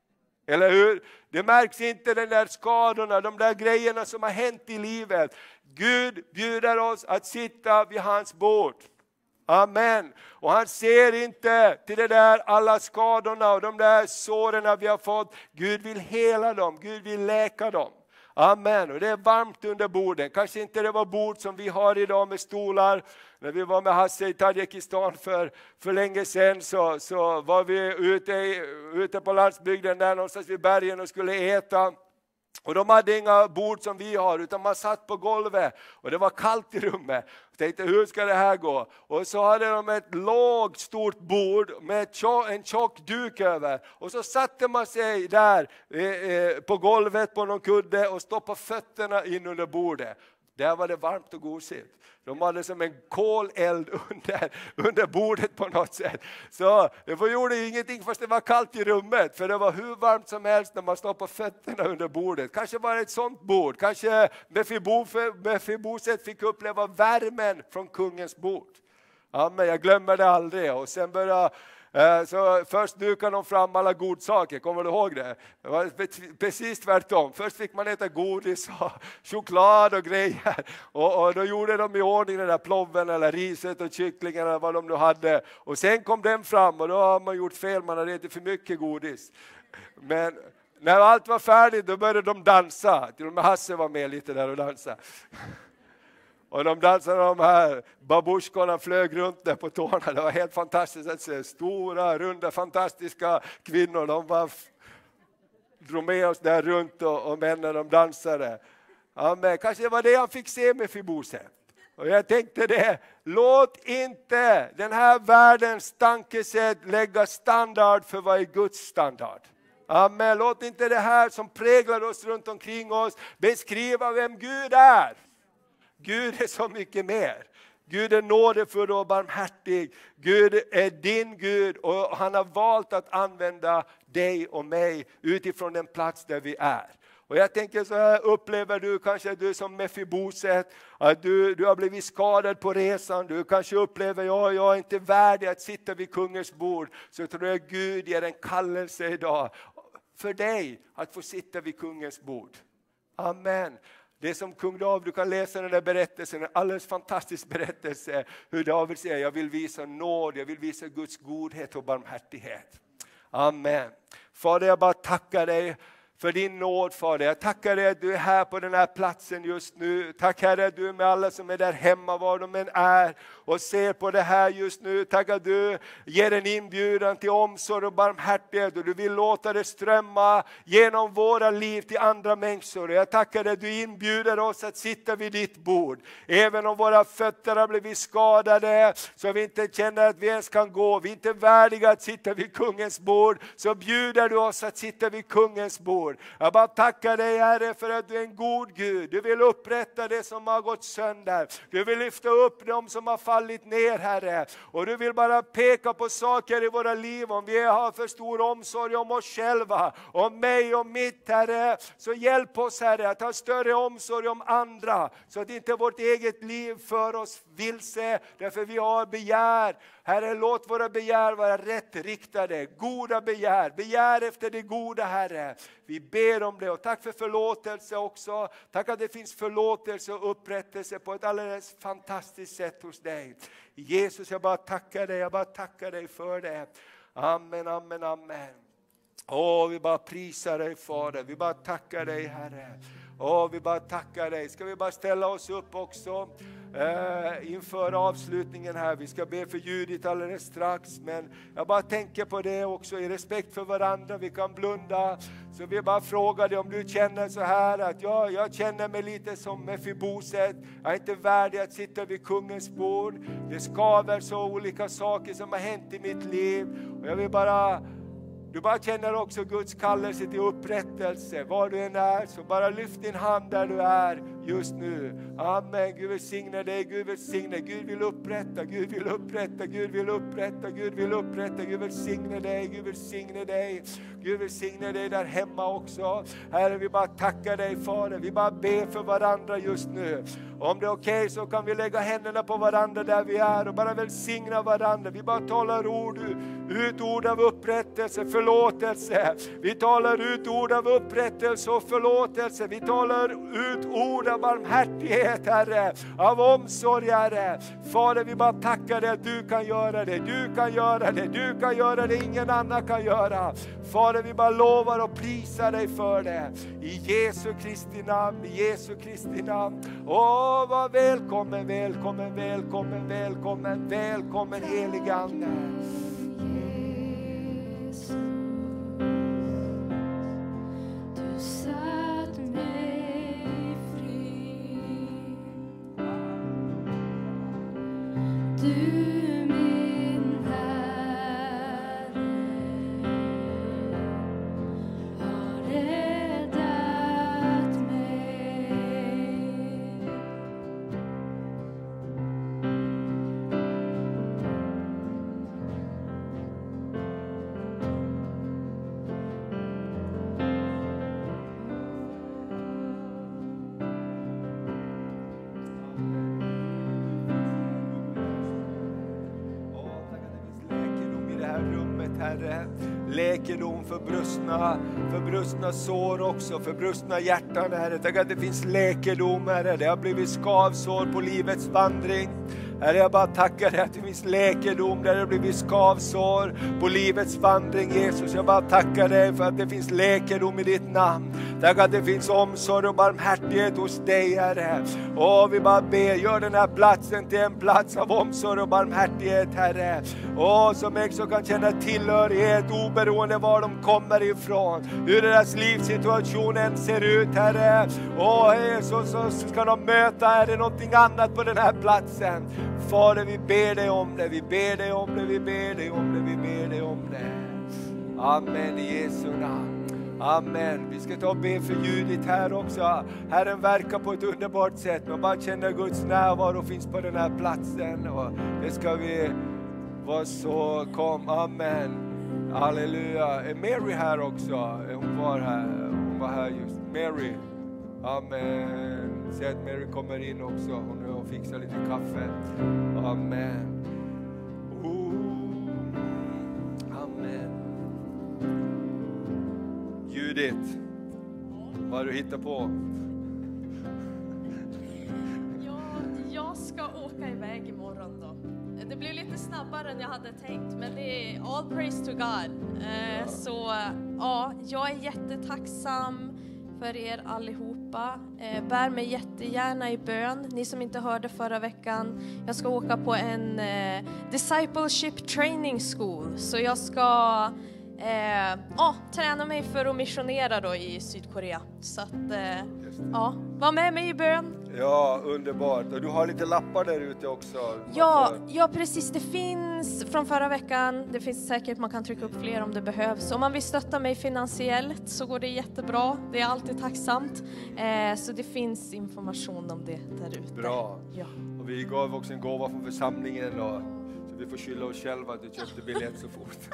Eller hur? Det märks inte den där skadorna, de där grejerna som har hänt i livet. Gud bjuder oss att sitta vid hans bord. Amen. Och han ser inte till det där alla skadorna och de där såren vi har fått. Gud vill hela dem, Gud vill läka dem. Amen. Och det är varmt under borden. Kanske inte det var bord som vi har idag med stolar. När vi var med Hasse i Tadzjikistan för, för länge sedan så, så var vi ute, ute på landsbygden där någonstans vid bergen och skulle äta. Och de hade inga bord som vi har utan man satt på golvet och det var kallt i rummet. Jag tänkte hur ska det här gå? Och så hade de ett lågt stort bord med en tjock duk över. Och så satte man sig där eh, på golvet på någon kudde och stoppade fötterna in under bordet. Där var det varmt och gosigt. De hade som en koleld under, under bordet på något sätt. Så det gjorde ju ingenting fast det var kallt i rummet. För det var hur varmt som helst när man stod på fötterna under bordet. Kanske var det ett sånt bord. Kanske Mefiboset fick uppleva värmen från kungens bord. Ja, men jag glömmer det aldrig. Och sen började... Så först dukade de fram alla godsaker, kommer du ihåg det? Det var precis tvärtom. Först fick man äta godis och choklad och grejer. Och, och då gjorde de i ordning den där ploven eller riset och kycklingen eller vad de nu hade. Och sen kom den fram och då har man gjort fel, man hade ätit för mycket godis. Men när allt var färdigt då började de dansa. Till och med Hasse var med lite där och dansade. Och de dansade, de här babushkorna flög runt där på tårna. Det var helt fantastiskt att se. Stora, runda, fantastiska kvinnor. De var, drog med oss där runt och, och männen de dansade. Ja, men kanske det var det han fick se med Mefiboset. Och jag tänkte det, låt inte den här världens tankesätt lägga standard för vad är Guds standard. Amen. Låt inte det här som präglar oss runt omkring oss beskriva vem Gud är. Gud är så mycket mer. Gud är nådefull och barmhärtig. Gud är din Gud och han har valt att använda dig och mig utifrån den plats där vi är. Och jag tänker så här, upplever du kanske du som Mefiboset, att du, du har blivit skadad på resan. Du kanske upplever, ja, jag är inte värdig att sitta vid kungens bord. Så tror jag Gud ger en kallelse idag för dig att få sitta vid kungens bord. Amen. Det är som kung David, du kan läsa den där berättelsen, en alldeles fantastisk berättelse. Hur David säger, jag vill visa nåd, jag vill visa Guds godhet och barmhärtighet. Amen. Fader, jag bara tackar dig för din nåd, Fader. Jag tackar dig att du är här på den här platsen just nu. Tack Herre att du är med alla som är där hemma, var de än är, och ser på det här just nu. Tack att du ger en inbjudan till omsorg och barmhärtighet, och du vill låta det strömma genom våra liv till andra människor. Jag tackar dig att du inbjuder oss att sitta vid ditt bord. Även om våra fötter har blivit skadade, så vi inte känner att vi ens kan gå, vi är inte värdiga att sitta vid kungens bord, så bjuder du oss att sitta vid kungens bord. Jag bara tackar dig Herre för att du är en god Gud. Du vill upprätta det som har gått sönder. Du vill lyfta upp dem som har fallit ner, Herre. Och du vill bara peka på saker i våra liv. Om vi har för stor omsorg om oss själva, om mig och mitt, Herre, så hjälp oss Herre att ha större omsorg om andra. Så att inte vårt eget liv för oss vilse. Därför vi har begär. Herre, låt våra begär vara rätt riktade. Goda begär. Begär efter det goda, Herre. Vi ber om det, och tack för förlåtelse också. Tack att det finns förlåtelse och upprättelse på ett alldeles fantastiskt sätt hos dig. Jesus, jag bara tackar dig, jag bara tackar dig för det. Amen, amen, amen. Åh, vi bara prisar dig, Fader. Vi bara tackar dig, Herre. Åh, vi bara tackar dig. Ska vi bara ställa oss upp också eh, inför avslutningen här. Vi ska be för Judit alldeles strax. Men jag bara tänker på det också i respekt för varandra. Vi kan blunda. Så vi bara frågar dig om du känner så här att ja, jag känner mig lite som Mefiboset. Jag är inte värdig att sitta vid kungens bord. Det skaver så olika saker som har hänt i mitt liv. Och jag vill bara... Du bara känner också Guds kallelse till upprättelse. Var du än är, så bara lyft din hand där du är. just nu. Amen. Gud välsigna dig, Gud välsigna. Gud vill upprätta, Gud vill upprätta, Gud vill upprätta, Gud vill upprätta. Gud välsigna dig, Gud välsigna dig. Gud välsigna dig där hemma också. Herre, vi bara tackar dig, Fader. Vi bara ber för varandra just nu. Om det är okej okay, så kan vi lägga händerna på varandra där vi är och bara välsigna varandra. Vi bara talar ord, ut ord av upprättelse, förlåtelse. Vi talar ut ord av upprättelse och förlåtelse. Vi talar ut ord av barmhärtighet, Herre, av omsorg, Herre. Fader, vi bara tackar dig att du kan göra det. Du kan göra det, du kan göra det, ingen annan kan göra. Fader, vi bara lovar och prisar dig för det. I Jesu Kristi namn, i Jesu Kristi namn. Åh, vad välkommen, välkommen, välkommen, välkommen, välkommen, helige Ande. Jesus, du satt mig fri. Du min Herre har räddat mig. Herre, läkedom för brustna, för brustna sår också, för brustna hjärtan, Herre. Tack att det finns läkedom, Herre. Det har blivit skavsår på livets vandring. Herre, jag bara tackar dig att det finns läkedom där det har blivit skavsår på livets vandring, Jesus. Jag bara tackar dig för att det finns läkedom i ditt namn. Tack att det finns omsorg och barmhärtighet hos dig, Herre. Och vi bara ber, gör den här platsen till en plats av omsorg och barmhärtighet, Herre. Och som också kan känna tillhörighet oberoende var de kommer ifrån. Hur deras livssituationen ser ut, Herre. Och så, så ska de möta, Herre, någonting annat på den här platsen. Fader, vi ber dig om det, vi ber dig om det, vi ber dig om det, vi ber dig om det. Amen, i Jesu namn. Amen. Vi ska ta och be för Judit här också. Herren verkar på ett underbart sätt. Man bara känner Guds närvaro finns på den här platsen. Och det ska vi vara så. Kom, amen. Halleluja. Är Mary här också? Hon var här. Hon var här just. Mary. Amen. Se att Mary kommer in också. Hon har fixat lite kaffe. Amen. Oh. Amen. Judith, vad har du hittat på? Ja, jag ska åka iväg imorgon då. Det blev lite snabbare än jag hade tänkt, men det är all praise to God. Eh, så ja, jag är jättetacksam för er allihopa. Eh, bär mig jättegärna i bön. Ni som inte hörde förra veckan, jag ska åka på en eh, discipleship training school. Så jag ska Eh, ja, träna mig för att missionera då i Sydkorea. Så att, eh, ja, var med mig i bön. Ja, underbart. Och du har lite lappar där ute också. Ja, ja, precis. Det finns från förra veckan. Det finns säkert, man kan trycka upp fler om det behövs. Om man vill stötta mig finansiellt så går det jättebra. Det är alltid tacksamt. Eh, så det finns information om det där ute. Bra. Ja. Och vi gav också en gåva från församlingen och vi får skylla oss själva att du köpte biljett så fort.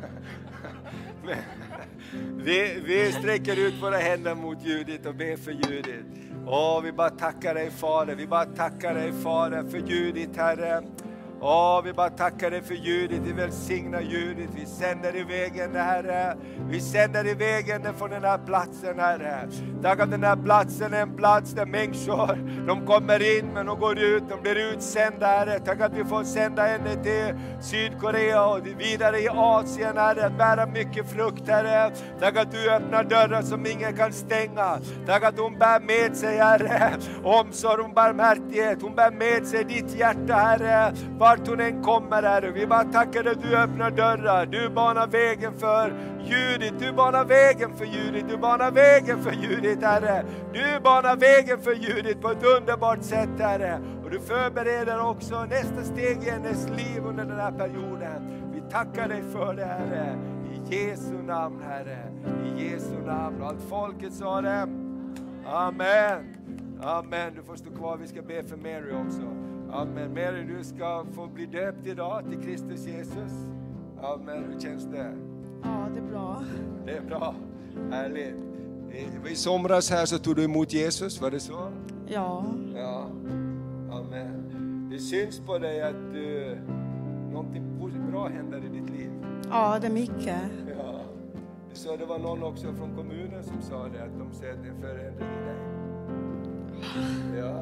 Men, vi, vi sträcker ut våra händer mot Judit och ber för Judit. Åh, vi bara tackar dig, Fader. Vi bara tackar dig, Fader, för Judit, Herre. Åh, vi bara tackar dig för Judit. Vi välsignar Judit. Vi sänder iväg henne, Herre. Vi sänder iväg henne från den här platsen, Herre. Tack att den här platsen är en plats där människor, de kommer in men de går ut. De blir utsända, Herre. Tack att vi får sända henne till Sydkorea och vidare i Asien, Herre. Bära mycket frukt, Herre. Tack att du öppnar dörrar som ingen kan stänga. Tack att hon bär med sig, Herre, omsorg och barmhärtighet. Hon bär med sig ditt hjärta, Herre. Vart hon än kommer, Herre. Vi bara tackar dig att du öppnar dörrar. Du banar vägen för Judit. Du banar vägen för Judit. Du banar vägen för Judit, Herre. Du banar vägen för Judit på ett underbart sätt, Herre. Och du förbereder också nästa steg i hennes liv under den här perioden. Vi tackar dig för det, Herre. I Jesu namn, Herre. I Jesu namn. Och allt folket sa det. Amen. Amen. Du får stå kvar. Vi ska be för Mary också. Amen. Mary, du ska få bli döpt idag till Kristus Jesus. Amen. Hur känns det? Ja, det är bra. Det är bra. Härligt. I, I somras här så tog du emot Jesus, var det så? Ja. Ja. Amen. Det syns på dig att du, någonting bra händer i ditt liv. Ja, det är mycket. Ja. Så det var någon också från kommunen som sa det, att de ser en förändring i dig. Ja.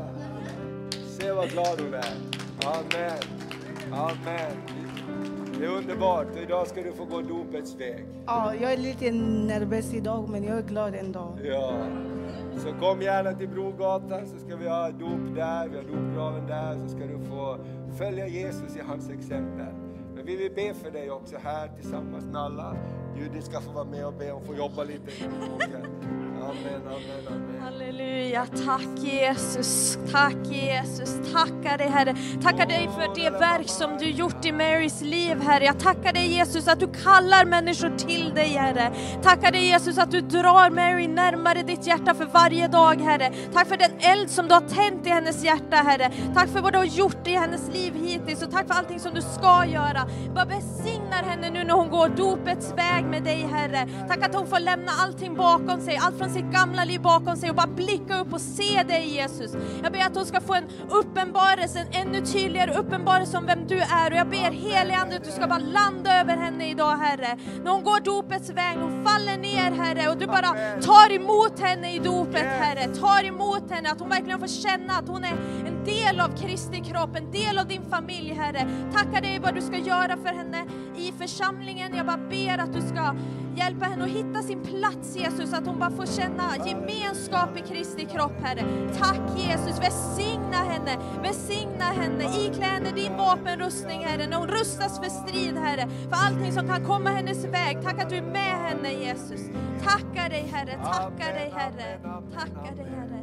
Se vad glad hon är. Amen. Amen. Det är underbart. Idag ska du få gå dopets väg. Ja, jag är lite nervös idag, men jag är glad ändå. Ja. Så kom gärna till Brogatan, så ska vi ha dop där, vi har dopgraven där, så ska du få följa Jesus i hans exempel. Men vi vill be för dig också här tillsammans med alla. Judith ska få vara med och be och få jobba lite. Amen, amen, amen. Halleluja, tack Jesus, tack Jesus, tackar dig Herre. Tackar dig för det verk som du gjort i Marys liv Herre. Jag tackar dig Jesus att du kallar människor till dig Herre. Tackar dig Jesus att du drar Mary närmare ditt hjärta för varje dag Herre. Tack för den eld som du har tänt i hennes hjärta Herre. Tack för vad du har gjort i hennes liv hittills och tack för allting som du ska göra. Bara besignar henne nu när hon går dopets väg med dig Herre. Tack att hon får lämna allting bakom sig, allt från sitt gamla liv bakom sig och bara blicka upp och se dig Jesus. Jag ber att hon ska få en uppenbarelse, en ännu tydligare uppenbarelse om vem du är. Och jag ber helige Ande att du ska bara landa över henne idag Herre. När hon går dopets väg, hon faller ner Herre och du bara tar emot henne i dopet Herre. Tar emot henne, att hon verkligen får känna att hon är en del av Kristi kropp, en del av din familj Herre. Tackar dig vad du ska göra för henne i församlingen. Jag bara ber att du ska hjälpa henne att hitta sin plats Jesus, att hon bara får känna gemenskap i Kristi kropp Herre. Tack Jesus, välsigna henne, välsigna henne, iklä henne din vapenrustning Herre, när hon rustas för strid Herre, för allting som kan komma hennes väg. Tack att du är med henne Jesus. Tackar dig Herre, tackar dig Herre, tackar dig Herre.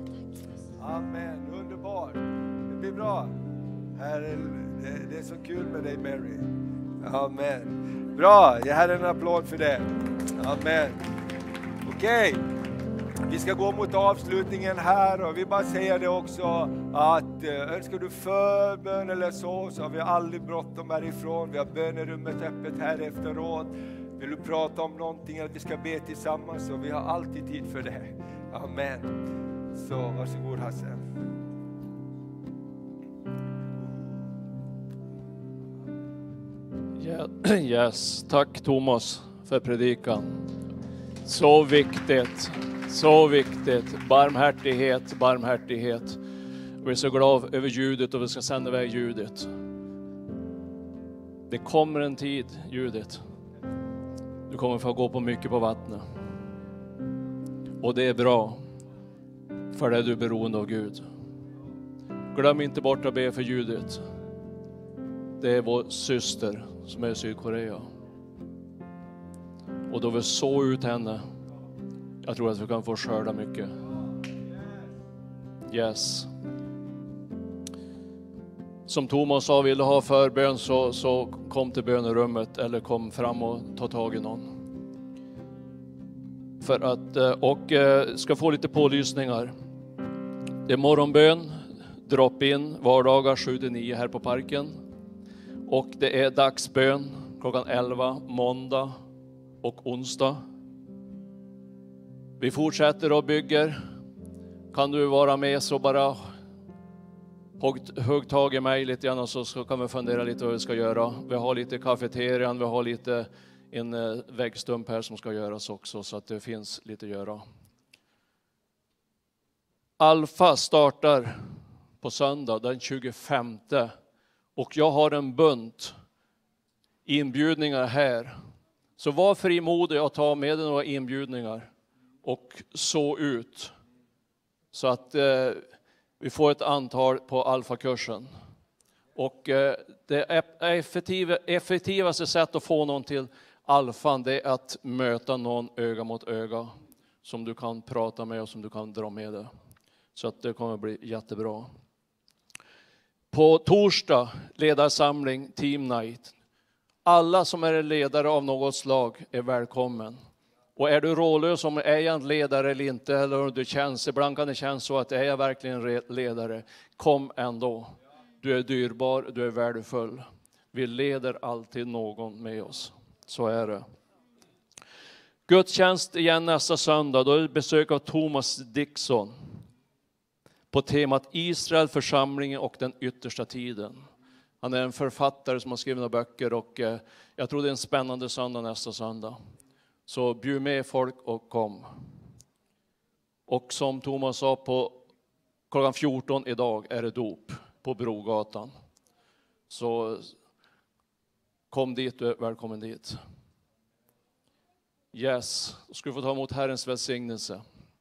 Amen, underbart. Det blir bra. Herre, det är så kul med dig Mary. Amen. Bra, jag har en applåd för det. Amen. Okej, okay. Vi ska gå mot avslutningen här och vi bara säger det också att önskar du förbön eller så, så har vi aldrig bråttom härifrån. Vi har bönerummet öppet här efteråt. Vill du prata om någonting eller vi ska be tillsammans, så vi har alltid tid för det. Amen. Så varsågod Hasse. Yes, tack Thomas för predikan. Så viktigt, så viktigt. Barmhärtighet, barmhärtighet. Vi är så glada över ljudet och vi ska sända iväg ljudet. Det kommer en tid, ljudet. Du kommer få gå på mycket på vattnet. Och det är bra. För det är du beroende av Gud. Glöm inte bort att be för ljudet. Det är vår syster som är i Sydkorea. Och då vi så ut henne, jag tror att vi kan få skörda mycket. Yes. Som Thomas sa, vill du ha förbön så, så kom till bönerummet eller kom fram och ta tag i någon. För att, och ska få lite pålysningar. Det är morgonbön, drop-in, vardagar sju till nio här på parken. Och det är dagsbön klockan elva, måndag och onsdag. Vi fortsätter och bygger. Kan du vara med så bara hugg, hugg tag i mig lite grann, och så, så kan vi fundera lite vad vi ska göra. Vi har lite kafeterian, vi har lite en eh, väggstump här som ska göras också, så att det finns lite att göra. Alfa startar på söndag den tjugofemte. Och jag har en bunt inbjudningar här. Så var frimodig att ta med några inbjudningar och så ut. Så att eh, vi får ett antal på alfakursen. Och eh, det effektiva, effektivaste sätt att få någon till alfan, det är att möta någon öga mot öga. Som du kan prata med och som du kan dra med dig. Så att det kommer bli jättebra. På torsdag, ledarsamling, team night. Alla som är ledare av något slag är välkommen. Och är du rådlös om är jag en ledare eller inte, eller du känns, ibland kan det kännas så att är jag verkligen ledare, kom ändå. Du är dyrbar, du är värdefull. Vi leder alltid någon med oss. Så är det. Gudstjänst igen nästa söndag, då är det besök av Thomas Dixon. På temat Israel, församlingen och den yttersta tiden. Han är en författare som har skrivit några böcker och eh, jag tror det är en spännande söndag nästa söndag. Så bjud med folk och kom. Och som Thomas sa, på klockan fjorton idag är det dop på Brogatan. Så kom dit, du är välkommen dit. Yes, då ska vi få ta emot Herrens välsignelse.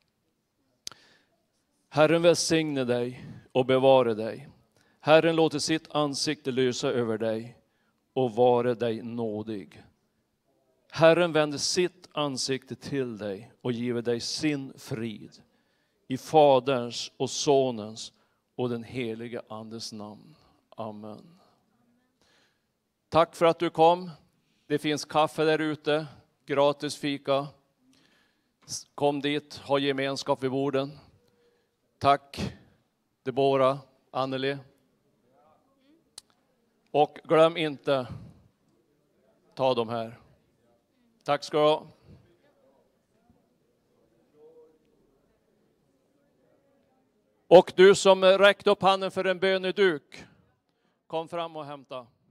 Herren välsigne dig och bevare dig. Herren låter sitt ansikte lysa över dig och vare dig nådig. Herren vänder sitt ansikte till dig och giver dig sin frid. I Faderns och Sonens och den helige Andes namn. Amen. Tack för att du kom. Det finns kaffe där ute. Gratis fika. Kom dit, ha gemenskap vid borden. Tack Deborah, Anneli. Och glöm inte, ta de här. Tack ska du ha. Och du som räckte upp handen för en böneduk, kom fram och hämta.